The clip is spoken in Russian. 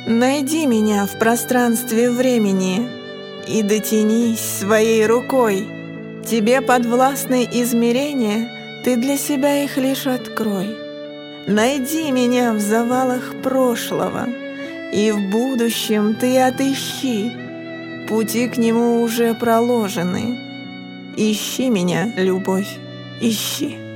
Найди меня в пространстве времени и дотянись своей рукой. Тебе подвластны измерения, ты для себя их лишь открой. Найди меня в завалах прошлого, и в будущем ты отыщи. Пути к нему уже проложены. Ищи меня, любовь, ищи.